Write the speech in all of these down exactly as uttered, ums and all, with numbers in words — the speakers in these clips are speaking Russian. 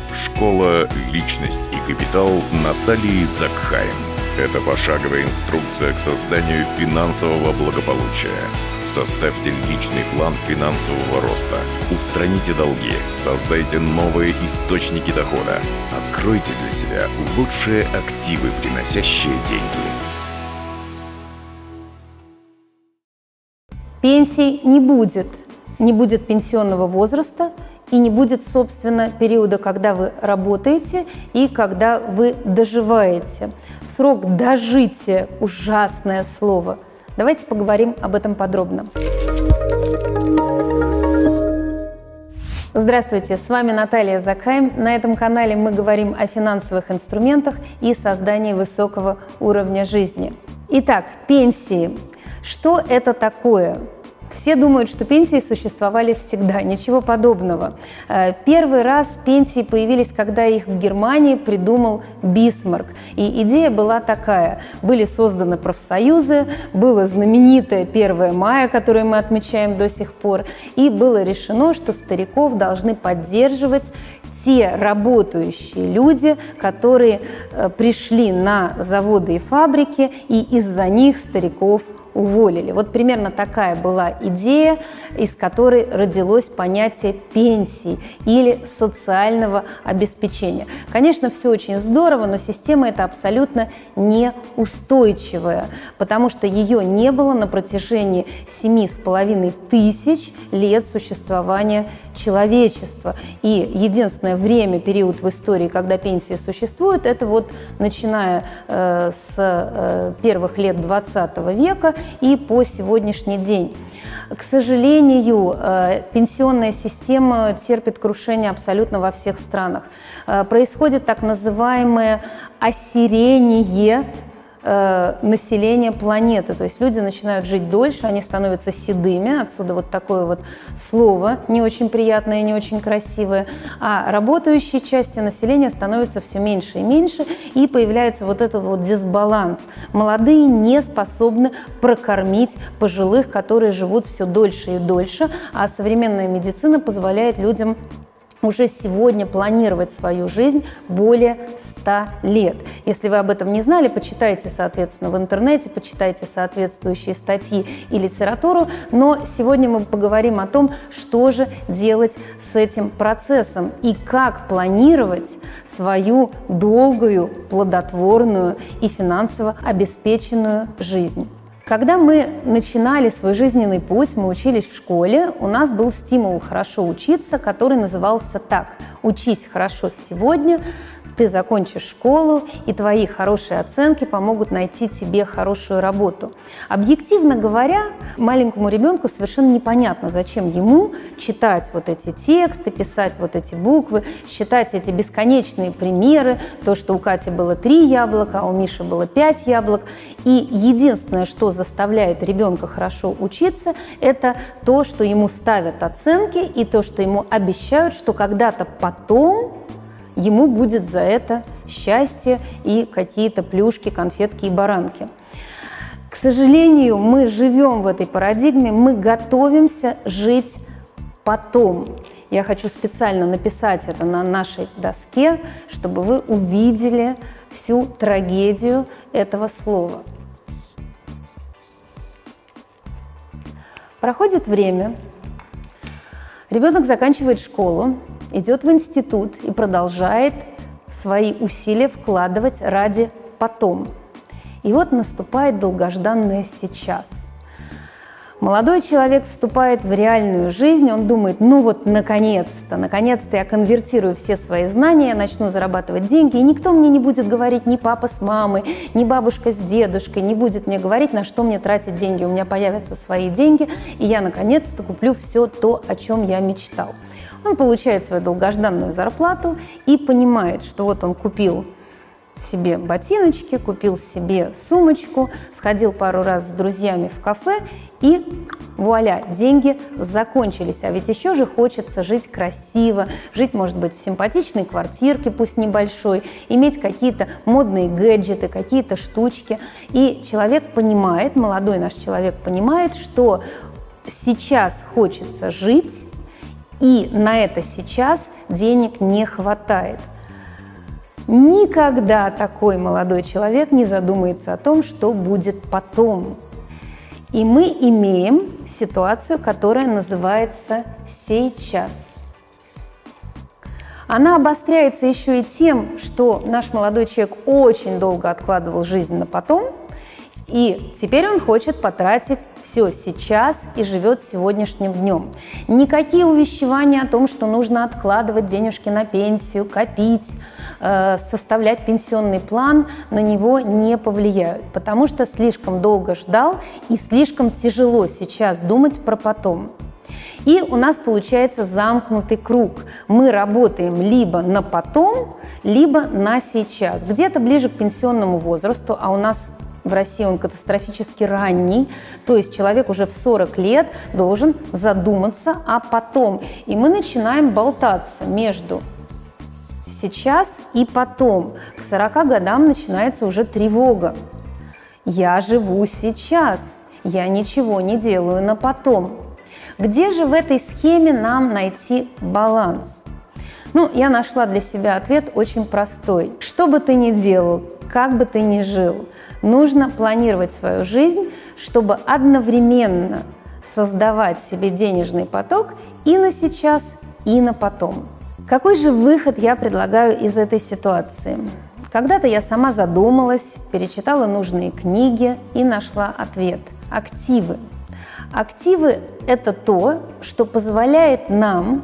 Школа «Личность и капитал» Натальи Закхайм. Это пошаговая инструкция к созданию финансового благополучия. Составьте личный план финансового роста. Устраните долги. Создайте новые источники дохода. Откройте для себя лучшие активы, приносящие деньги. Пенсий не будет. Не будет пенсионного возраста и не будет, собственно, периода, когда вы работаете и когда вы доживаете. Срок дожития – ужасное слово. Давайте поговорим об этом подробно. Здравствуйте, с вами Наталья Закхайм. На этом канале мы говорим о финансовых инструментах и создании высокого уровня жизни. Итак, пенсии. Что это такое? Все думают, что пенсии существовали всегда. Ничего подобного. Первый раз пенсии появились, когда их в Германии придумал Бисмарк. И идея была такая. Были созданы профсоюзы, было знаменитое первое мая, которое мы отмечаем до сих пор, и было решено, что стариков должны поддерживать те работающие люди, которые пришли на заводы и фабрики, и из-за них стариков уволили. Вот примерно такая была идея, из которой родилось понятие пенсии или социального обеспечения. Конечно, все очень здорово, но система эта абсолютно неустойчивая, потому что ее не было на протяжении семи с половиной тысяч лет существования человечества. И единственное время, период в истории, когда пенсии существуют, это вот начиная э, с э, первых лет двадцатого века и по сегодняшний день. К сожалению, э, пенсионная система терпит крушение абсолютно во всех странах. Э, происходит так называемое осирение населения планеты. То есть люди начинают жить дольше, они становятся седыми, отсюда вот такое вот слово не очень приятное и не очень красивое, а работающей части населения становится все меньше и меньше, и появляется вот этот вот дисбаланс. Молодые не способны прокормить пожилых, которые живут все дольше и дольше, а современная медицина позволяет людям уже сегодня планировать свою жизнь более ста лет. Если вы об этом не знали, почитайте, соответственно, в интернете, почитайте соответствующие статьи и литературу. Но сегодня мы поговорим о том, что же делать с этим процессом и как планировать свою долгую, плодотворную и финансово обеспеченную жизнь. Когда мы начинали свой жизненный путь, мы учились в школе, у нас был стимул хорошо учиться, который назывался так: «Учись хорошо сегодня, ты закончишь школу, и твои хорошие оценки помогут найти тебе хорошую работу». Объективно говоря, маленькому ребенку совершенно непонятно, зачем ему читать вот эти тексты, писать вот эти буквы, считать эти бесконечные примеры, то, что у Кати было три яблока, а у Миши было пять яблок. И единственное, что заставляет ребенка хорошо учиться, это то, что ему ставят оценки, и то, что ему обещают, что когда-то потом ему будет за это счастье и какие-то плюшки, конфетки и баранки. К сожалению, мы живем в этой парадигме, мы готовимся жить потом. Я хочу специально написать это на нашей доске, чтобы вы увидели всю трагедию этого слова. Проходит время, ребенок заканчивает школу, идет в институт и продолжает свои усилия вкладывать ради потом. И вот наступает долгожданное сейчас. Молодой человек вступает в реальную жизнь, он думает: ну вот наконец-то, наконец-то я конвертирую все свои знания, начну зарабатывать деньги, и никто мне не будет говорить, ни папа с мамой, ни бабушка с дедушкой, не будет мне говорить, на что мне тратить деньги. У меня появятся свои деньги, и я наконец-то куплю все то, о чем я мечтал. Он получает свою долгожданную зарплату и понимает, что вот он купил себе ботиночки, купил себе сумочку, сходил пару раз с друзьями в кафе, и вуаля, деньги закончились. А ведь еще же хочется жить красиво, жить, может быть, в симпатичной квартирке, пусть небольшой, иметь какие-то модные гаджеты, какие-то штучки. И человек понимает, молодой наш человек понимает, что сейчас хочется жить, и на это сейчас денег не хватает. Никогда такой молодой человек не задумается о том, что будет потом. И мы имеем ситуацию, которая называется «сейчас». Она обостряется еще и тем, что наш молодой человек очень долго откладывал жизнь на потом, и теперь он хочет потратить все сейчас и живет сегодняшним днем. Никакие увещевания о том, что нужно откладывать денежки на пенсию, копить, э, составлять пенсионный план, на него не повлияют, потому что слишком долго ждал и слишком тяжело сейчас думать про потом. И у нас получается замкнутый круг. Мы работаем либо на потом, либо на сейчас. Где-то ближе к пенсионному возрасту, а у нас в России он катастрофически ранний, то есть человек уже в сорок лет должен задуматься о потом. И мы начинаем болтаться между сейчас и потом. К сорока годам начинается уже тревога. Я живу сейчас, я ничего не делаю на потом. Где же в этой схеме нам найти баланс? Ну, я нашла для себя ответ очень простой. Что бы ты ни делал, как бы ты ни жил, нужно планировать свою жизнь, чтобы одновременно создавать себе денежный поток и на сейчас, и на потом. Какой же выход я предлагаю из этой ситуации? Когда-то я сама задумалась, перечитала нужные книги и нашла ответ. Активы. Активы – это то, что позволяет нам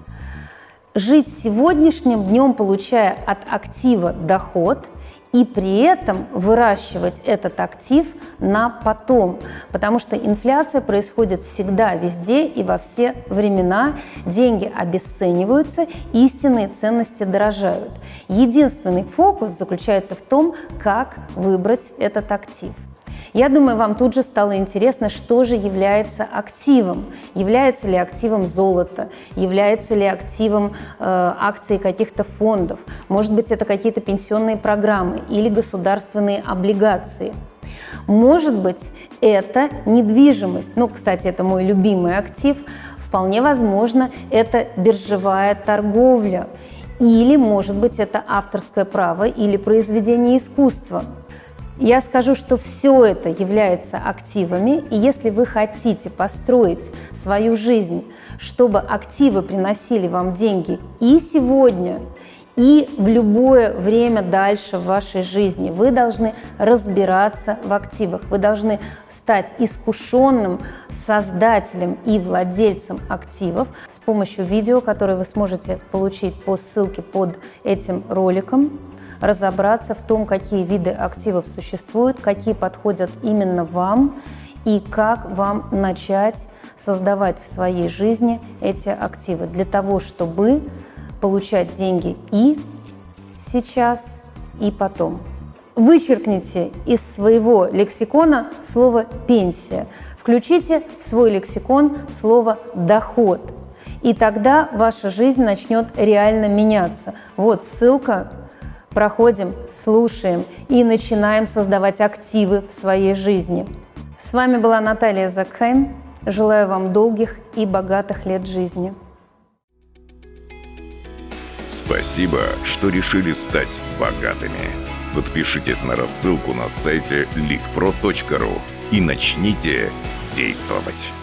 жить сегодняшним днем, получая от актива доход, и при этом выращивать этот актив на потом. Потому что инфляция происходит всегда, везде и во все времена. Деньги обесцениваются, истинные ценности дорожают. Единственный фокус заключается в том, как выбрать этот актив. Я думаю, вам тут же стало интересно, что же является активом. Является ли активом золото, является ли активом э, акции каких-то фондов. Может быть, это какие-то пенсионные программы или государственные облигации. Может быть, это недвижимость. Ну, кстати, это мой любимый актив. Вполне возможно, это биржевая торговля. Или, может быть, это авторское право или произведение искусства. Я скажу, что все это является активами, и если вы хотите построить свою жизнь, чтобы активы приносили вам деньги и сегодня, и в любое время дальше в вашей жизни, вы должны разбираться в активах, вы должны стать искушенным создателем и владельцем активов с помощью видео, которое вы сможете получить по ссылке под этим роликом. Разобраться в том, какие виды активов существуют, какие подходят именно вам и как вам начать создавать в своей жизни эти активы для того, чтобы получать деньги и сейчас, и потом. Вычеркните из своего лексикона слово «пенсия», включите в свой лексикон слово «доход», и тогда ваша жизнь начнет реально меняться. Вот ссылка. Проходим, слушаем и начинаем создавать активы в своей жизни. С вами была Наталья Закхайм. Желаю вам долгих и богатых лет жизни. Спасибо, что решили стать богатыми. Подпишитесь на рассылку на сайте ликпро точка ру и начните действовать.